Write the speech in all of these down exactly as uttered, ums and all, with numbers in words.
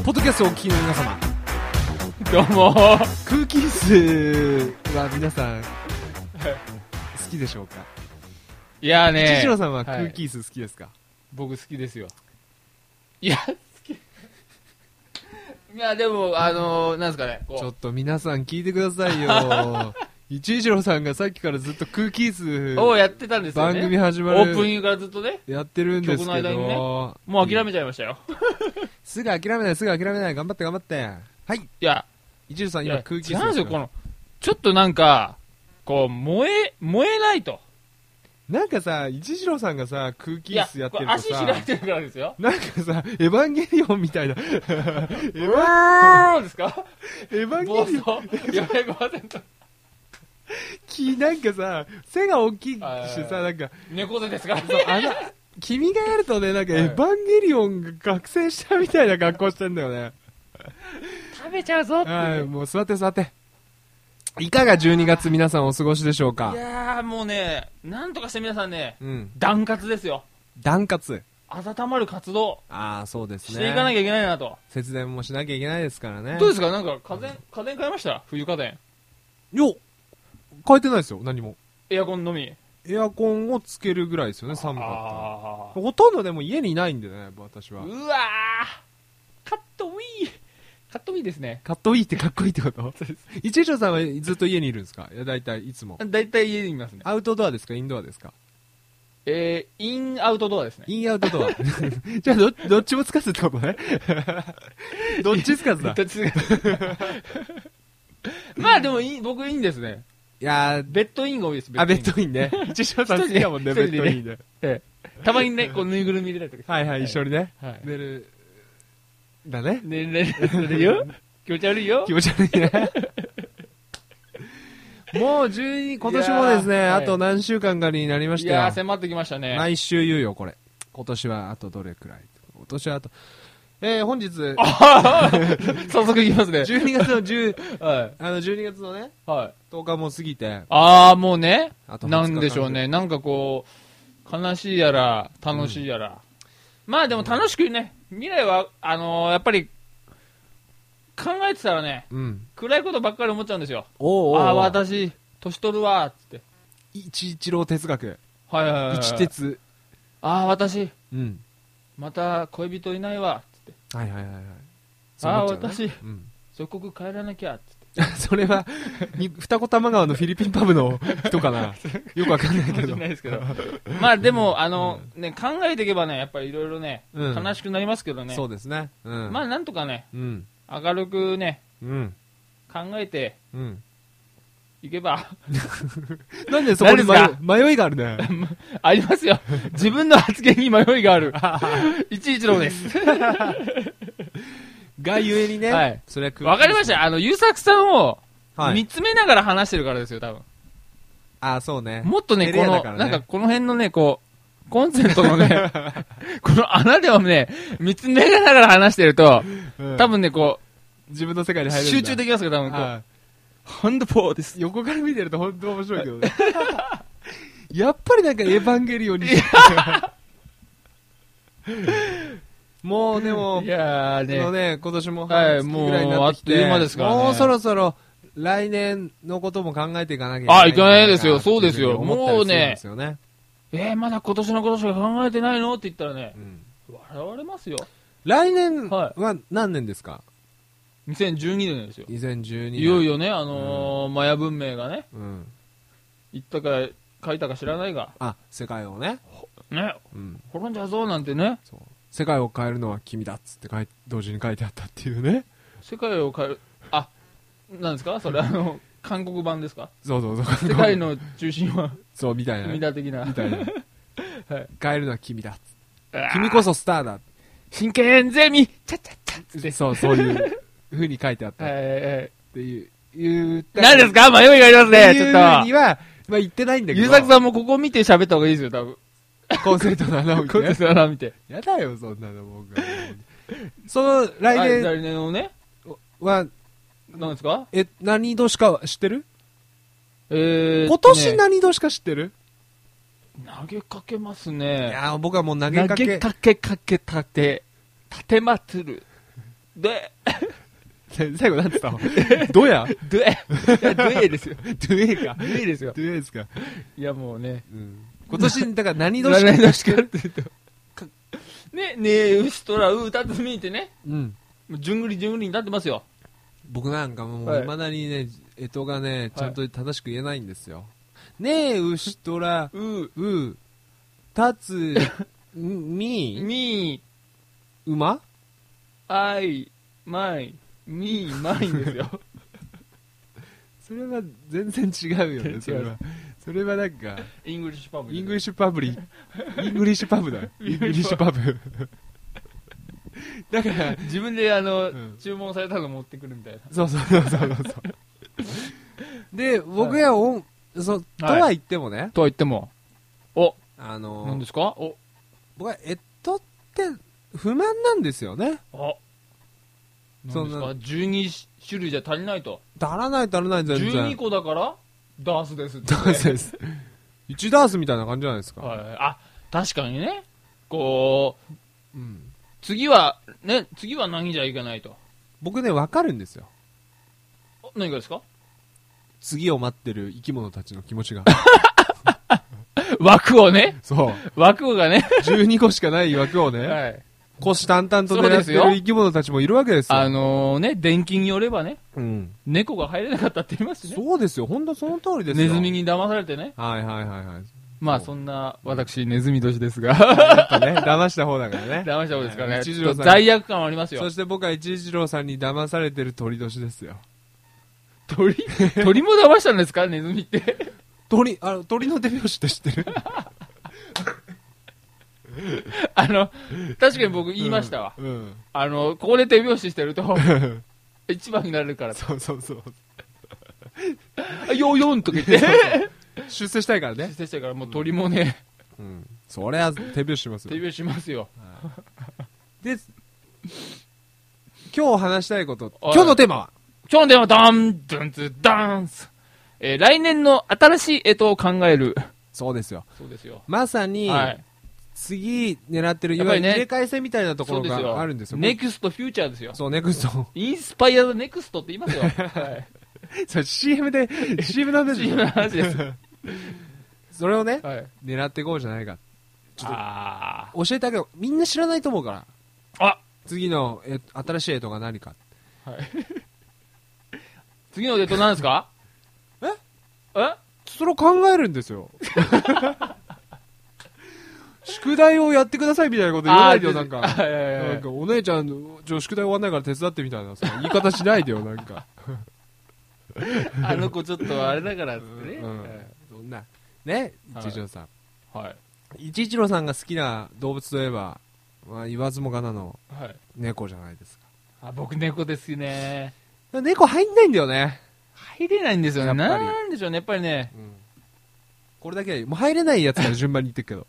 ポッドキャストをお聞きの皆様、 どうも空気椅子は皆さん好きでしょうか。 いやーね、 一郎さんは空気椅子好きですか。はい、 僕好きですよ。いや好きいやでもあのー、なんですかね、 ちょっと皆さん聞いてくださいよ。一郎さんがさっきからずっと空気椅子をやってたんですよね。 番組始まるオープニングからずっとねやってるんですけど、 曲の間にね、もう諦めちゃいましたよ。 すぐ諦めない、すぐ諦めない、頑張って頑張って。はい。いや一郎さん今空気椅子ですか。 違うんですよ、このちょっとなんかこう燃え燃えないと。 なんかさ、一郎さんがさ空気椅子やってるとさ、 足開いてるからですよ。 なんかさ、エヴァンゲリオンみたいな。エヴァンですか？ エヴァンゲリオン。 よんひゃくパーセント。 きなんかさ、背が大きいしさ、なんか猫背ですからね。 あの君がやるとね、なんかエヴァンゲリオンが覚醒したみたいな格好してんだよね。 食べちゃうぞって。 はい、もう座って座って。いかがじゅうにがつ皆さんお過ごしでしょうか。 いやーもうね、なんとかして皆さんね、 うん、 暖活ですよ。 暖活。 温まる活動。 ああ、そうですね。 していかなきゃいけないなと。 節電もしなきゃいけないですからね。 どうですか、なんか家電、家電買いました？冬家電。 よっ、変えてないですよ、何も。 エアコンのみ。 エアコンをつけるぐらいですよね、寒かったら。ほとんどでも家にいないんでね、私は。 うわー、カットウィー。カットウィーですね。 カットウィーってかっこいいってこと？一条さんはずっと家にいるんですか？いや、大体いつも。 大体家にいますね。 アウトドアですか？インドアですか？ えー、インアウトドアですね。 インアウトドア。じゃあど、どっちもつかすってことね。どっちつかすだ。 どっちつかす。まあでもいい、僕いいんですね。 いやー、 ベッドインが多いです。 あ、ベッドインね。一条さん好きだもんね、ベッドインで。 ええ、たまにね、こうぬいぐるみ入れたりとか。 はいはい、一緒にね。 はい、 寝る。だね。 寝る、寝るよ。気持ち悪いよ。 気持ち悪いね。もうじゅうに、今年もですね、あと何週間かになりましたよ。 いやー、迫ってきましたね。 毎週言うよ、これ。今年はあとどれくらい。今年はあと、えー、本日。 早速いきますね。 じゅうにがつの10、 はい。 あの、じゅうにがつのね、 はい。 とおかも過ぎて。 あー、もうね。 あとなんでしょうね。なんかこう、悲しいやら、楽しいやら。うん、まあでも楽しくね、未来は、あのー、やっぱり、考えてたらね、うん、暗いことばっかり思っちゃうんですよ。 おうおう、 ああ、私、年取るわ、つって。 一一郎哲学。 はいはいはい。 一哲。 ああ、私、 うん、 また恋人いないわ、つって。 はいはいはいはい。 ああ、私、うん、祖国帰らなきゃ、つって。 それは、二子玉川のフィリピンパブの人かな。よくわかんないけど。 ないですけど。まあでも、あの、うん、ね、考えていけばね、やっぱりいろいろね、うん、悲しくなりますけどね。 そうですね。 うん、まあなんとかね、 うん、 明るくね、 うん、 考えて、うん、いけば。 なんでそこに迷いがあるね。 ありますよ。自分の発言に迷いがある。一一郎です。 がゆえにね。 はい。 それわかりました。あの、ゆうさくさんを見つめながら話してるからですよ、多分。 ああ、そうね。 もっとね、この、ね、なんかこの辺のね、こう、コンセントのね、この穴でもね、見つめながら話してると、うん、多分ね、こう、自分の世界に入るんだ。 集中できますよ、多分こう。ハンドポーです。 横から見てると本当面白いけどね。やっぱりなんかエヴァンゲリオンに。もうでも、 いやーね、 のね、今年も半月ぐらいになってきて、はい、もうあっという間ですからね。 もうそろそろ来年のことも考えていかなきゃいけない。 あ、いかないですよ、そうですよ。もうね、 ねえー、まだ今年のことしか考えてないのって言ったらね、うん、笑われますよ。 来年は何年ですか？はい、 にせんじゅうにねんですよ。 にせんじゅうにねん。 いよいよね、あのーうん、マヤ文明がね、 うん、 言ったか書いたか知らないが、 あ、世界をね、 ね、うん、滅んじゃうぞなんてね。 そう、世界を変えるのは君だっつって書い同時に書いてあったっていうね。 世界を変える、あ、なんですかそれ、あの韓国版ですか？ そうそうそう。 世界の中心はそうみたいな、ね、 君だ的な。 みたいな。はい、変えるのは君だっつって。君こそスターだ。 真剣ゼミチャチャチャって。 そう、そういう風に書いてあった。っていう。いう何ですか？迷いがありますね。ちょっと。 いうには、まあ言ってないんだけど。 ゆうさくさんもここ見て喋った方がいいですよ、多分。 コンセントの穴を見て。 コンセントの穴を見て。 やだよ、そんなの僕は。その、来年。 来年のね。 は、 何ですか？ え、何年か知ってる？ えー、ね、 今年何年か知ってる？ 投げかけますね。 いや僕はもう投げかけ。 投げかけかけたて、立てまつる。 で、 最後なんて言ったのどやで、いや、でえですよ。 ドゥエか。 でえですよ。 ドゥエですか。 いや、もうね。 うん、今年、だから何年か。 何年かって言うと。ね、ねえ、うしとら、う、たつみってね。 うん。 じゅんぐりじゅんぐりになってますよ。 僕なんかもう、いまだにね、えとがね、ちゃんと正しく言えないんですよ。はい、ねえ、うしとら、 う、 う、たつ、み、 み、 馬あい、まい、み、まいんですよ。 それは全然違うよね、それは。それはなんか、 イングリッシュパブ。 イングリッシュパブリ、イングリッシュパブだ。イングリッシュパブ。だから、 自分であの、 うん、 注文されたの持ってくるみたいな。 そうそうそうそうそう。で、僕やお、そ、とは言ってもね。 とは言っても。お、 あのー、 何ですかお、 僕は、えっとって不満なんですよね。 あ、何ですかじゅうに種類じゃ足りないと。 足らない足らない全然。 じゅうにこだからダースですって、 ね。ダースです。いちダースみたいな感じじゃないですか。 はい。あ、確かにね。こう、 うん、 次は、ね、次は何じゃいけないと。 僕ね、わかるんですよ。 何がですか次を待ってる生き物たちの気持ちが。 枠をね。 そう。 枠がね。 じゅうにこしかない枠をね。はい。虎視眈々と狙ってる生き物たちもいるわけですよ。 あのー、ね、電気によればね、 うん、 猫が入れなかったって言いますね。 そうですよ、本当その通りですよ。 ネズミに騙されてね。 はいはいはいはい。 まあそんな、私、ネズミ年ですが。 やっぱね、騙した方だからね。 騙した方ですからね。 一次郎さん。 罪悪感はありますよ。 そして僕は一次郎さんに騙されてる鳥年ですよ。 鳥鳥も騙したんですかネズミって。 鳥、あの、鳥の手拍子って知ってるあの、確かに僕言いましたわ。 うんうん、 あの、ここで手拍子してると、一番になれるから。 そうそうそう。 よーよんとか言って。 そうそう出世したいからね。 出世したいから、もう鳥もね。 うん。うん、それは手拍子しますよ。 手拍子しますよ。 で、今日話したいこと、今日のテーマは今日のテーマはダン、ドゥンツ、ダンス。えー、来年の新しい干支を考える。 そうですよ。 そうですよ。 まさに、はい、次狙ってる、いわゆる入れ替え戦みたいなところがあるんですよ。 ネクストフューチャーですよ。 そう、ネクスト。 インスパイアドネクストって言いますよ。はい。 それ シーエム で、シーエム なんですよ。 シーエム の話です。 それをね、はい、狙っていこうじゃないか。ちょっと、教えてあげよう。みんな知らないと思うから。 あ、 次のえ新しい干支が何か。 はい。次の干支何ですかええそれを考えるんですよ。宿題をやってくださいみたいなこと言わないでよ、なんか。なんか、お姉ちゃん、ちょ、宿題終わんないから手伝ってみたいなさ、言い方しないでよ、なんか。 あの子ちょっとあれだからってね。 うん。そんな。ね、一一郎さん。 はい。 一一郎さんが好きな動物といえば、まあ、言わずもがなの、猫じゃないですか。 あ、僕猫ですね。 猫入んないんだよね。 入れないんですよね。なんでしょうね、やっぱりね。 うん、これだけは、もう入れないやつから順番に言ってくけど。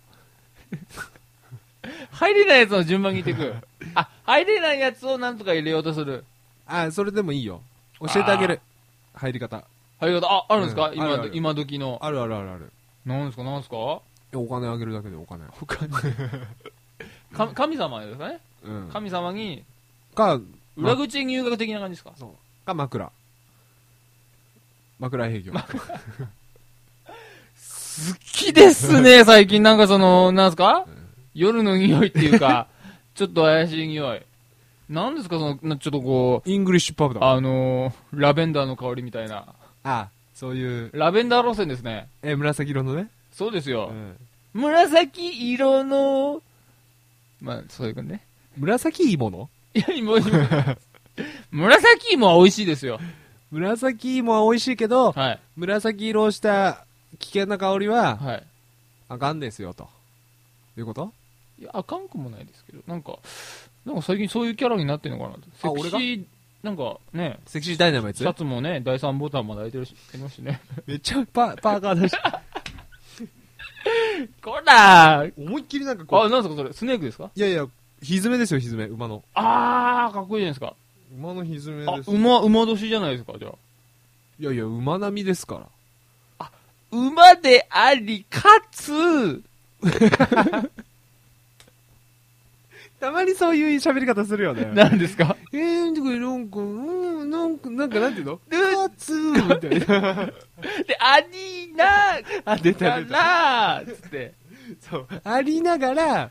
入れないやつの順番に言ってく。あ、入れないやつをなんとか入れようとする。 あ、それでもいいよ。教えてあげる。入り方。 入り方、あ、あるんですか、 うん、 今、 あるある今時の。 あるあるあるある。 なんですか、なんですかお金あげるだけでお金。 お金。か神様ですかね、うん、神様に。 か、 裏口入学的な感じですか、 そう。か、枕。枕営業。好きですね、最近。なんかその、なんすか、うん、夜の匂いっていうか、ちょっと怪しい匂い。なんですか、その、ちょっとこう。 イングリッシュパウダー。 あのー、ラベンダーの香りみたいな。 あ、そういう。 ラベンダー路線ですね。 え、紫色のね。 そうですよ。うん、紫色の、まあ、そういうことね。 紫芋のいや、芋、芋。紫芋は美味しいですよ。 紫芋は美味しいけど、はい、紫色をした危険な香りは、はい、あかんですよ、ということ？ いや、あかんくもないですけど、なんか、なんか最近そういうキャラになってるのかなと。セクシー、なんかね、 セクシーダイナマイツ？ シャツもね、だいさんボタンまで開いてるし、ありますしね。 めっちゃパパーカーだし。 こらー思いっきりなんかこう。 あ、なんですかそれ、スネークですか？ いやいや、ひずめですよ、ひずめ、馬の。 あー、かっこいいじゃないですか。 馬のひずめです。 あ、馬、馬年じゃないですか、じゃあ。 いやいや、馬並みですから。 あ、馬であり、かつ、 例たまにそういう喋り方するよね。 何ですか？ えー、なんか、うん、なんか、なんかなんていうの？カツーみたいな。 で、ありなあ、出た出た。 がら、つって。 そう。ありながら、はい、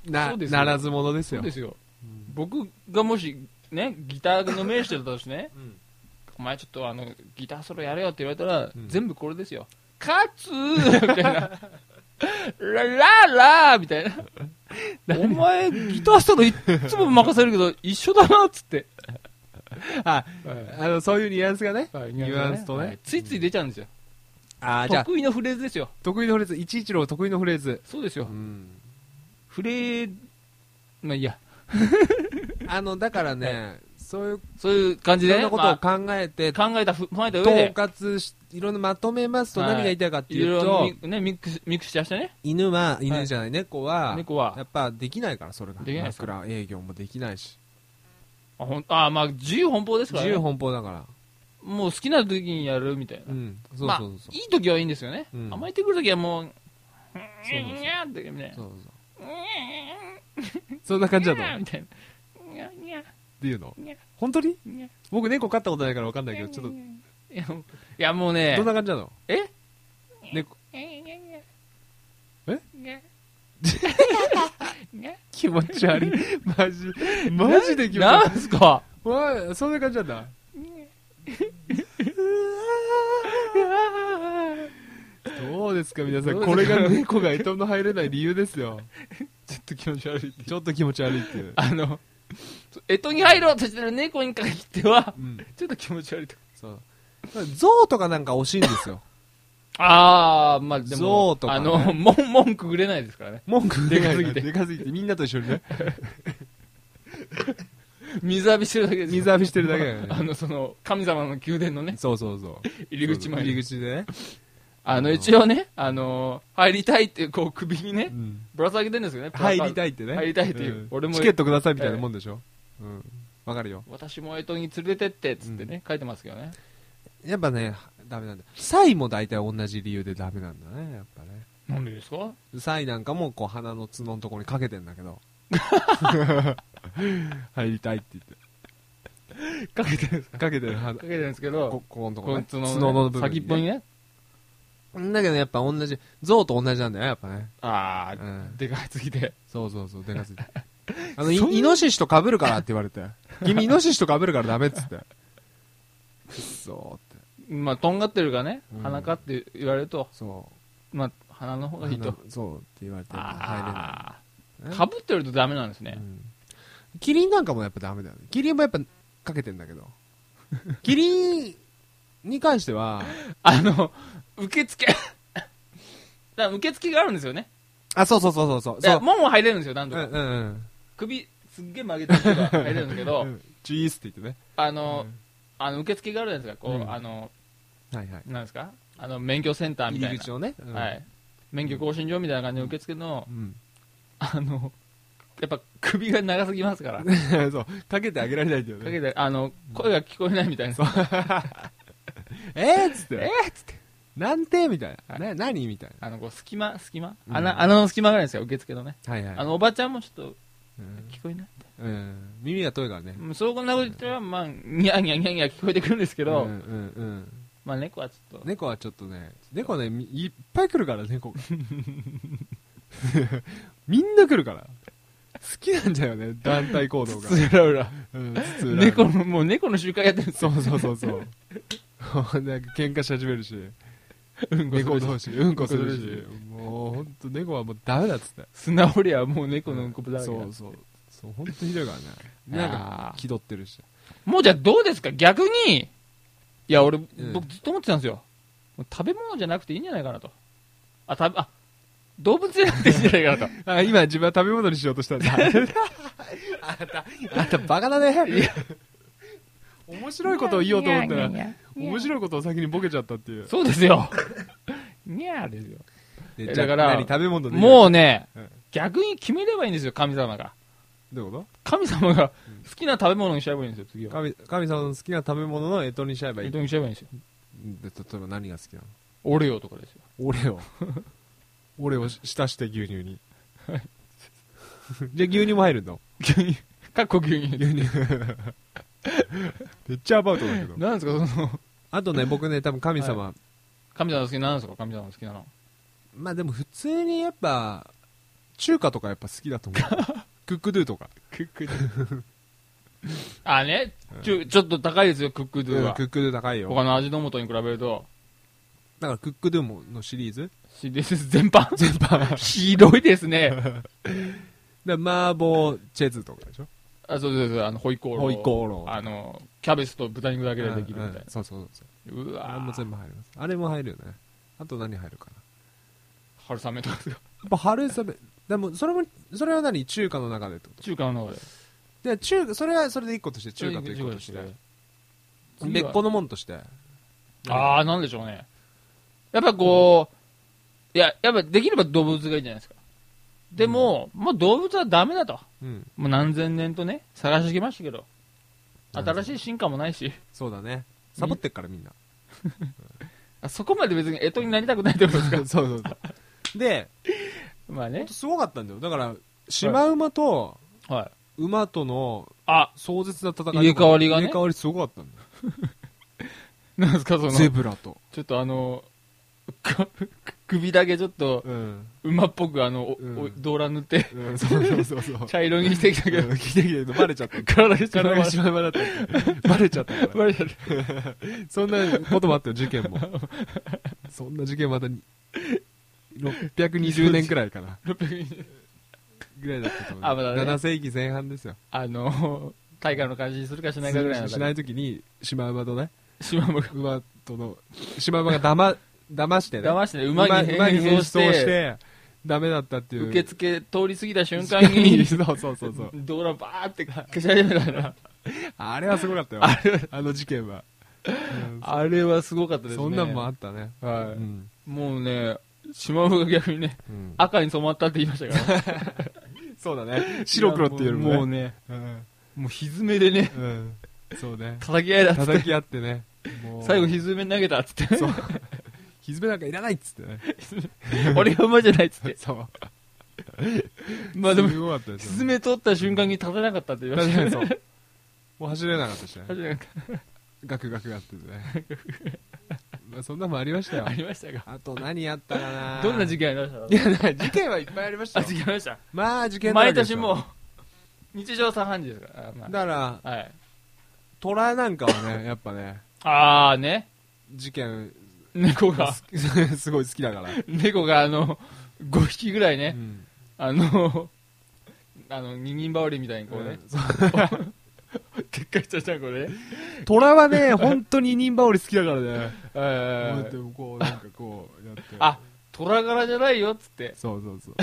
な、 そうですならず者ですよ。 そうですよ。うん、僕がもし、ね、ギターの名手だったとしてね、うん、お前ちょっとあの、ギターソロやれよって言われたら、うん、全部これですよ。カツーみたいな。ラララーみたいな。お前、ギターソロいっつも任せるけど、一緒だなっつって。 あ、はい、あの、そういうニュアンスがね。 はい、 ニュアンスとね、はい。 ついつい出ちゃうんですよ。 あ、じゃあ得意のフレーズですよ。 得意のフレーズ、一一郎得意のフレーズ。 そうですよ。うん、フレー、まあいいや。 あの、だからね、はい、そういう、 そういう感じで、ね、 そんなことを考えて、 まあ、考えた、踏まえた上で、 統括し、いろんなまとめますと何が言いたいかっていうと、 はい、いろいろね、ミックス、ミックスしてね。 犬は、犬じゃない、はい、猫は、 猫は、 やっぱできないから、それが。 できないですか。 枕営業もできないし。 あ、ほん、あ、まあ、自由奔放ですからね。 自由奔放だから。 もう好きな時にやるみたいな。うん。 そうそうそう。まあ、 いい時はいいんですよね。うん、甘えてくる時はもう、そうそうそう。 そうそう。そんな感じだと。 みたいな。 っていうの本当に僕猫飼ったことないから分かんないけど、ちょっと。いや、いやもうね。 どんな感じなの？ え猫。え気持ち悪い。マジ、マジで気持ち悪い。 なんすか？ わ、そんな感じなんだ。どうですか皆さん、これが猫が干支の入れない理由ですよ。 ちょっと気持ち悪い。 ちょっと気持ち悪いっていう。 あの、干支に入ろうとしてる猫に限っては、うん、ちょっと気持ち悪いと。 そう。象とかなんか惜しいんですよ。 あー、まあでも、 象とか、ね、 あの、もん、文句売れないですからね。 文句売れない。でかすぎて。でかすぎて、みんなと一緒にね。 水浴びしてるだけです。 水浴びしてるだけだよね。 あの、その、神様の宮殿のね。 そうそうそう。 入り口前に。 入り口でね。 あの、一応ね、あのー、入りたいって、こう、首にね、うん、ぶら下げてるんですよね。 入りたいってね。 入りたいっていう。うん、俺も。 チケットくださいみたいなもんでしょ。えー、うん。わかるよ。 私も干支に連れてって、つってね、うん、書いてますけどね。 やっぱね、ダメなんだ。サイも大体同じ理由でダメなんだね、やっぱね。 なんでですか？ サイなんかも、こう、鼻の角のところにかけてんだけど。入りたいって言って。 かけてるんですか？ かけてる。 かけてるんですけど、 こ、ここのところ、ね、 角の、ね、角の部分、先っぽにね。 だけどやっぱ同じ、象と同じなんだよ、やっぱね。 ああ、うん、でかいすぎて。 そうそうそう、でかすぎて。あの、イノシシと被るからって言われて。君イノシシと被るからダメっつって。くっそーって。 まあ、とんがってるかね、うん、鼻かって言われると。 そう。 まあ、鼻の方がいいと。 そうって言われて。入れない。 かぶってるとダメなんですね、うん。 キリンなんかもやっぱダメだよね。キリンもやっぱかけてんだけど。キリンに関しては、 あの、受付だ受付があるんですよね。 あ、そうそうそうそうそう。 門は入れるんですよ、なんとか。 うんうんうん、 首、すっげえ曲げてる人が入れるんですけど、うん、 チースって言ってね。 あの、うん、あの受付があるじゃないですか、こう、 うん、 あの、 はいはい。 なんですかあの、免許センターみたいな。 入り口をね。 うん、はい。免許更新所みたいな感じの受付の、うん、あの、やっぱ首が長すぎますから。 そう。かけてあげられないんだよね。 かけて、あの、声が聞こえないみたいな。 えーっつって。 えーっつって。 なんてみたいな。ね、何みたいな。 あの、こう、隙間、隙間、うん、穴、穴の隙間があるんですよ、受付のね。 はいはい。 あの、おばちゃんもちょっと、聞こえないみたいな。 うん。耳が遠いからね。 そうこんなこと言ったら、まあ、ニャニャニャニャ聞こえてくるんですけど、 うんうんうん。 まあ、猫はちょっと。 猫はちょっとね、猫ね、いっぱい来るから、猫が。みんな来るから。好きなんだよね、団体行動が。 つつらうら。うん、つつらうら。猫の、もう猫の集会やってるんですよ。そうそうそうそう。なんか喧嘩し始めるし。うんこ猫同士、うんこするし。もうほんと猫はもうダメだっつって。 素直りはもう猫のうんこだらけだ。 そうそう。そう、ほんとひどいからね。なんか気取ってるし。 もうじゃあどうですか逆に、いや俺、うん、僕ずっと思ってたんですよ。もう食べ物じゃなくていいんじゃないかなと。あ、たあ、動物じゃなくていいんじゃないかなと。 あ、今自分は食べ物にしようとしたんだ。あなた、あなたバカだね。面白いことを言おうと思ったら、面白いことを先にボケちゃったっていう。 そうですよ。にゃーですよ。 だから、何食べ物でもうね、うん、逆に決めればいいんですよ、神様が。 どういうこと？ 神様が好きな食べ物にしちゃえばいいんですよ、次は。 神、神様の好きな食べ物の干支にしちゃえばいい。 干支にしちゃえばいいんですよ。 で、例えば何が好きなの？ オレオとかですよ。 オレオ。オレオ浸して牛乳に。 じゃあ牛乳も入るの？ 牛乳。かっこ牛乳。 牛乳。めっちゃアバウトだけど。 なんですか、その。 あとね、僕ね、多分神様。はい、 神様好きなんですか、神様好きなの。 まあでも普通にやっぱ、中華とかやっぱ好きだと思う。クックドゥとか。 クックドゥ。あ、ね、ちょ、ちょっと高いですよ、クックドゥは。 うん、クックドゥ高いよ。 他の味の素に比べると。 だからクックドゥものシリーズシリーズ全般全般。 ひどいですね。 で麻婆チェズとかでしょ。 あ、そうです。あの、ホイコーロー。 ホイコーロー。 あの、キャベツと豚肉だけでできるみたいな。うんうん、 そうそうそう。 うわあれも全部入ります。あれも入るよね。あと何入るかな。 春雨とかですか。 やっぱ春雨。でも、それも、それは何中華の中でってこと？ 中華の中で。 で、中華、それはそれで一個として、中華と一個として。別個のもんとして。 ああ、なんでしょうね。やっぱこう、いや、やっぱできれば動物がいいじゃないですか。でも、うん、もう動物はダメだと。うん、もう何千年とね、探してきましたけど、新しい進化もないし。 そうだね。サボってっからみんな。 あそこまで別に干支になりたくないってことですか？ そうそうそう。で、 まあね。 すごかったんだよ。だから、シマウマと、 はい、 馬との、 あ、 壮絶な戦い。 入れ替わりがね。 入れ替わりすごかったんだよ。 なんですか、その。 ゼブラと。 ちょっとあの、首だけちょっと、うん、馬っぽくあの、うん、動乱塗って、 うん、そうそうそうそう茶色にしてきたけど、 着てきたけどバレちゃった。 体がシマウマだった。バレちゃったから。 バレちゃった。 そんなこともあったよ、事件も。そんな事件またに、ろっぴゃくにじゅうねんくらいかな。 ろっぴゃくにじゅうぐらいだったと思う。あ、まだね。ななせいきぜん半ですよ。 あの、大河の感じするかしないかぐらいの。 しないときに、シマウマとね、 シマウマ馬との、シマウマが騙、騙してね。 騙してね、馬に変装して、 ダメだったっていう。 受付通り過ぎた瞬間に、 そうそうそうそう。 動乱バーって消し始めたら。 あれはすごかったよ。あ, あの事件は。 うん、あれはすごかったですね。 そんなんもあったね。 はい。うん、もうね、シマウマが逆にね、うん、赤に染まったって言いましたから。 そうだね。白黒っていうよりもね。もうね、うん、もう歪めでね、 うん、そうね。 叩き合いだっつって。 叩き合ってね。 最後歪め投げたっつって。そう。 歪めなんかいらないっつってね。 俺が馬じゃないっつって。 そう。 まあでも、歪め取った瞬間に立てなかったって言いましたね。そう。 もう走れなかったしね。 走れなかった。 ガクガクやっててね。まあそんなもんありましたよ。 ありましたか。 あと何あったかな。 どんな事件ありましたいや、事件はいっぱいありましたよ。 あ、事件ありました。 まあ事件だらけですよ。 毎年もう、日常茶飯事ですから。まあ、 だから、 はい。 虎なんかはね、やっぱね。 あーね。 事件。 猫が。 すごい好きだから。 猫があの、ごひきぐらいね。うん、あの、あの、二人羽織みたいにこうね。うんでっかいちゃちゃんこれ。 虎はね、本当に二人羽織好きだからね。 えこうやってこう、なんかこうやって。 あ、虎柄じゃないよっつって。 そうそうそう。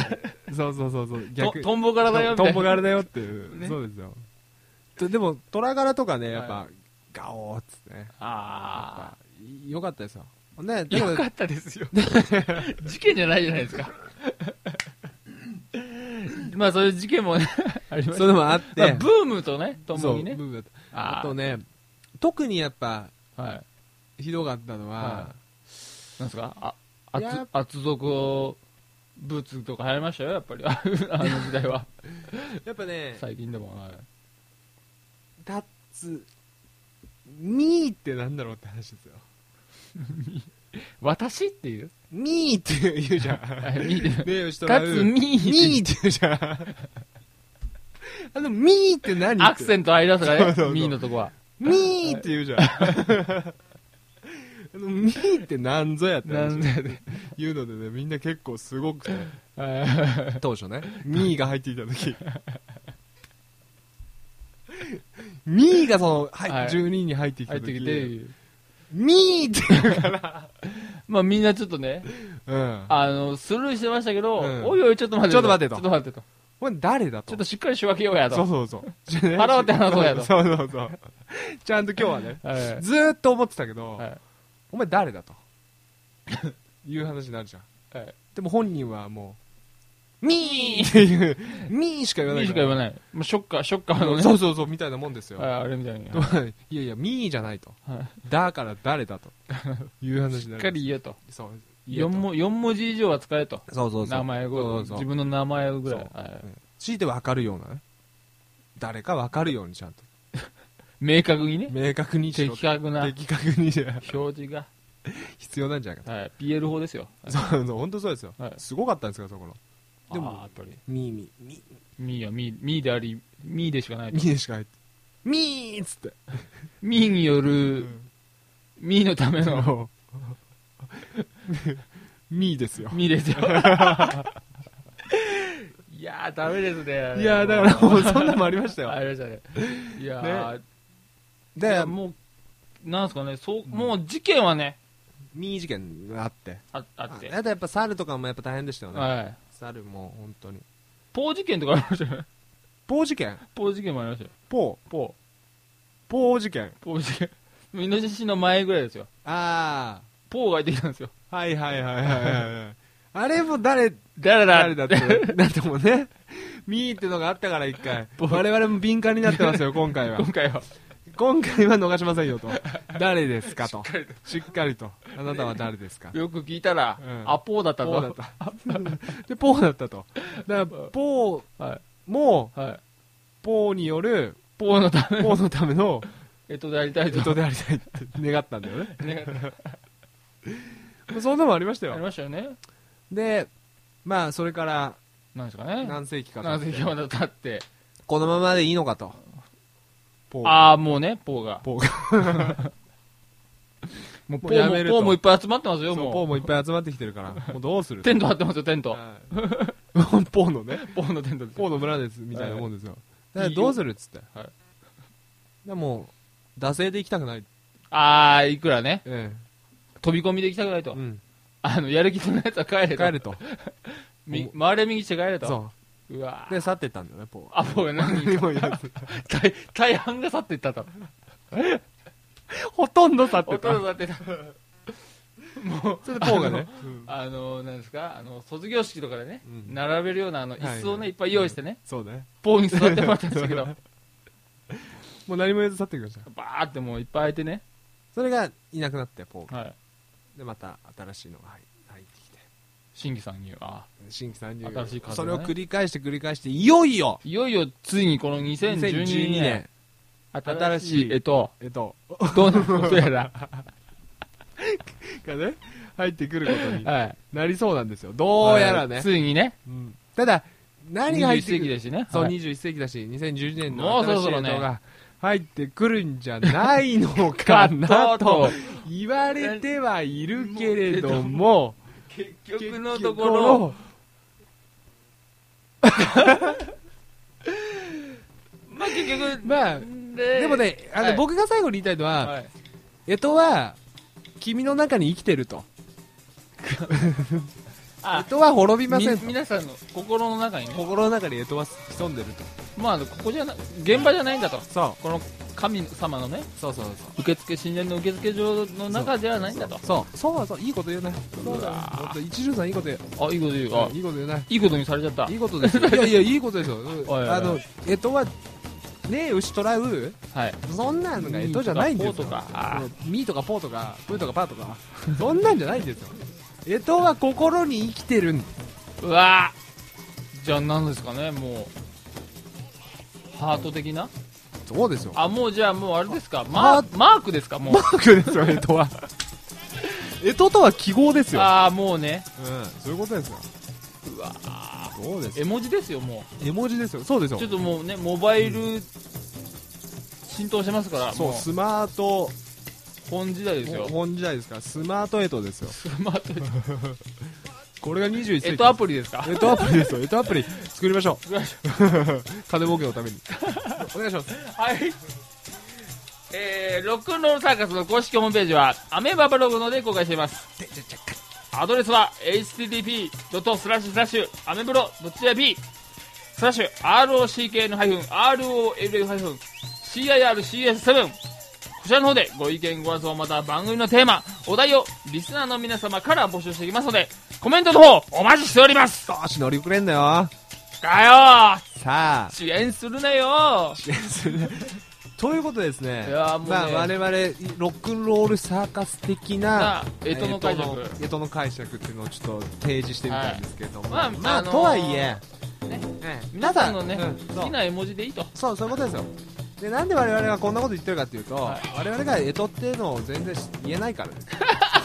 そうそうそうそう。逆トンボ柄だよみたいな。 トンボ柄だよっていう。ね、そうですよ。でも、虎柄とかね、やっぱ、はい、ガオーっつってね。 ああ。 よかったですよ。ね、 よかったですよ。事件じゃないじゃないですか。まあそういう事件もねありました。 それもあって、まあ、 ブームとね、ともにね。 ブームだった。あとね、特にやっぱ、 はい、 ひどかったのは、はい、 なんですか、あ、厚厚底ブーツとか流行りましたよ、やっぱり。あの時代は。 やっぱね、 最近でも。はい、 タッツ、ミーってなんだろうって話ですよ。 私っていうミーって言うじゃん。 ミーって。 ねえ、人が。 かつミー。 ミーって言うじゃん。あの、ミーって何って。 アクセント入りますからね。そうそうそうミーのとこは。 ミーって言うじゃん。あの、ミーってなんぞやってなんぞやで。 言うのでね、みんな結構すごくて。当初ね、ミーが入っていた時。ミーがその、はい、じゅうにいに入ってきた時。入ってきて、ミーって言うから。 まあみんなちょっとね、うん、あの、スルーしてましたけど、うん、おいおいちょっと待ってと。ちょっと待ってと。 ちょっと待ってと。 これ誰だと。 ちょっとしっかり仕分けようやと。 そうそうそう。 腹割って話そうやと。 そうそうそう。ちゃんと今日はね、はい、ずーっと思ってたけど、はい、お前誰だと。いう話になるじゃん。はい、でも本人はもう、ミーっていう、ミーしか言わない。 ミーしか言わない。もうショッカー、ショッカーのね。 そうそうそう、みたいなもんですよ。 あ, あれみたいに。 いやいや、ミーじゃないと。はい、だから誰だと。いう話になる。 しっかり言えと。 そう。 よん, もよん文字以上は使えと。 そうそうそう。 名前を、自分の名前をぐらい。はい、 強いて分かるようなね。誰か分かるようにちゃんと。 明確にね。 明確にしろ。 的確な。 的確にじゃ表示が。 必要なんじゃないかと。 はい。ピーエル 法ですよ。 そう、そう、本当そうですよ。はい、すごかったんですか、そこの。 でも、やっぱり。 ミーミー。ミー。ミーはミー、ミーであり、ミーでしかない。 ミーでしかない。ミーっつって。 ミーによる、うん、ミーのための、 ミーですよ。 ミーですよ。いやー、ダメですね。 いやー、だからもうそんなのもありましたよ。 ありましたね。いやー、ね、で、もう、なんすかね、そう、もう事件はね、 ミー事件があって。 あ、あって。 あとやっぱ猿とかもやっぱ大変でしたよね。 はい。 猿も本当に。 ポー事件とかありましたよね。 ポー事件ポー事件もありましたよ。 ポーポー。ポー事件ポー事件。イノシシの前ぐらいですよ。ああ。 ポーがいてきたんですよ。 はいはいはいはいはい。あれも誰、 誰だ誰だって。だってもうね、ミーってのがあったから一回。我々も敏感になってますよ、今回は。 今回は。 今回は逃しませんよと。誰ですかと。しっかりと。あなたは誰ですか。 よく聞いたら、うん、あ、ポーだったと。 ポーだった。で、ポーだったと。だから、ポーも、はい、ポーによる、 ポーのための、ポーのための、 えとでありたいと。 えとでありたいって願ったんだよね。そんなのもありましたよ。 ありましたよね。 で、まあ、それから、 何ですかね。 何世紀か何世紀まで経って、 このままでいいのかと。 ああ、もうね、ポーが。 ポーが。 もうポーも、ポーもいっぱい集まってますよ、もう。 ポーもいっぱい集まってきてるから。もうどうするテント張ってますよ、テント。 ポーのね。 ポーのテントです。 ポーの村です、みたいなもんですよ。だからどうするっつって。はい。でもう、惰性で行きたくない。 ああ、いくらね。ええ。飛び込みで行きたくないと。うん。あの、やる気のないやつは帰れと。 帰れと。 回れ右して帰れと。 そう。うわで、去ってったんだよね、ポー。 あ、ポーが何人か。大、大半が去っていったと。 ほとんど去ってた。 ほとんど去ってた。もう、 それでポーがね。 あの、なんですか、あの、卒業式とかでね、並べるような、あの、椅子をね、いっぱい用意してね。 そうね。 ポーに座ってもらったんですけど。 もう何も言わず去ってきました。 バーってもういっぱい空いてね。 それがいなくなって、ポーが。はい。で、また新しいのが入ってきて。 新規参入。ああ。 新規参入。 新しい風、 それを繰り返して繰り返して、いよいよいよいよ、ついにこのにせんじゅうにねん。新しい、えと。 えと。 どうなることやら。 がね、入ってくることになりそうなんですよ。どうやらね。 ついにね。 ただ、何が入ってくる。 にじゅういっせいきだしね。 そう、にじゅういっせいきだし、にせんじゅうにねんの新しいのが入ってくるんじゃないのかなと言われてはいるけれども、 結局のところ、まあ結局、 まあ、でもね、あの僕が最後に言いたいのは、干支は君の中に生きてると。干支は滅びませんと。 皆さんの心の中にね。 心の中に干支は潜んでると。 まあ、ここじゃな、現場じゃないんだと。 そう。 この神様のね。 そうそうそう。 受付、神殿の受付所の中ではないんだと。 そう。そうそう、いいこと言うね。そうだ。一流さんいいこと言う。 あ、いいこと言う。あ、 いいこと言うね。 いいことにされちゃった。 いいことですよ。いやいや、いいことですよ。あの、干支は、ねえ、牛とらう、はい、そんなのが干支じゃないんですよ。ミーとかポーとか、プーとかパーとか、そんなんじゃないんですよ。干支は心に生きてるんです。 うわぁ、じゃあ何ですかね、もうハート的な。 そうですよ。 あ、もうじゃあもうあれですか、マーマークですか。もうマークですよ、干支は。干支とは記号ですよ。 ああ、もうね、 うん、そういうことですよ。 うわぁ、 そうです。 絵文字ですよ、もう絵文字ですよ。そうですよ。 ちょっともうね、モバイル、うん、浸透してますから。 そう、スマート本時代ですよ。 本時代ですから、スマート干支ですよ。 スマート干支。 これがにじゅういっせいき。 干支アプリですか。 干支アプリですよ。干支アプリ作りましょう。 作りましょう。 金儲けのために。お願いします。 はい。えー、ロックンロールサーカスの公式ホームページはアメーバブログので公開しています。アドレスは エイチティーティーピードットスラッシュスラッシュアメブロドットジェーピー スラッシュ アールオーシーケーエヌ ハイフン アールオーエルエル ハイフン シーアイアールシーエスセブン こちらの方でご意見ご感想また番組のテーマお題をリスナーの皆様から募集していきますのでコメントの方お待ちしております。 少し乗り遅れんなよかよさあ支援するなよ支援するねということですね。 いやもうね、 まあ、我々ロックンロールサーカス的な干支の解釈干支の解釈っていうのをちょっと提示してみたんですけども、 はい、まあ、 まあ、とはいえ、 ね、 ええ、皆さんのね、うん、好きな絵文字でいいと。 そう、そういうことですよ。で、なんで我々がこんなこと言ってるかっていうと、はい、我々が干支っていうのを全然言えないからです。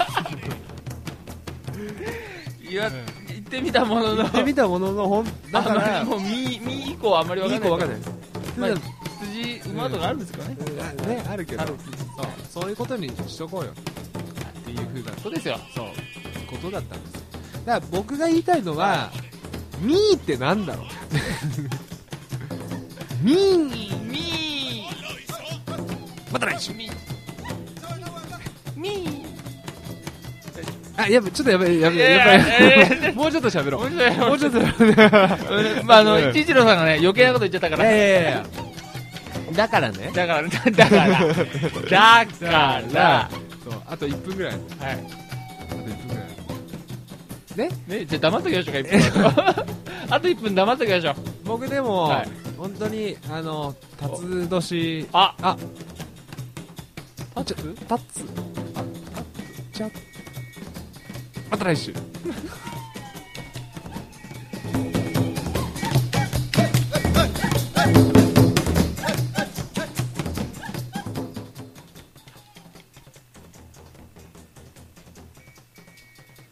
いや、言ってみたものの。言ってみたものの、ほん、だから。 もう、み、み以降あまりわかんない。 み以降わかんないです。 まあ、辻、馬とかあるんですかね。 うん、ね、あるけど。そう、そういうことにしとこうよ。っていう風な。 そうですよ。 そう。ことだったんです。だから僕が言いたいのは、はい、ミーってなんだろう。ミーミーまた来週ミーミーあ、やばい、ちょっとやばい、やばい、やばい、えー、もうちょっと喋ろう。もうちょっと喋ろう。まあ、あの、一郎さんがね、余計なこと言っちゃったから。 いやいやいやだからね。 だから、だから、だから、 そう、あといっぷんぐらい。はい。あといっぷんぐらい。ねね、じゃあ黙っときましょうか、いっぷん。あといっぷん黙っときましょう。 僕でも、はい、本当に、あの、たつ年、 あ、 あ、 たつたつあ、たつちゃ、また来週。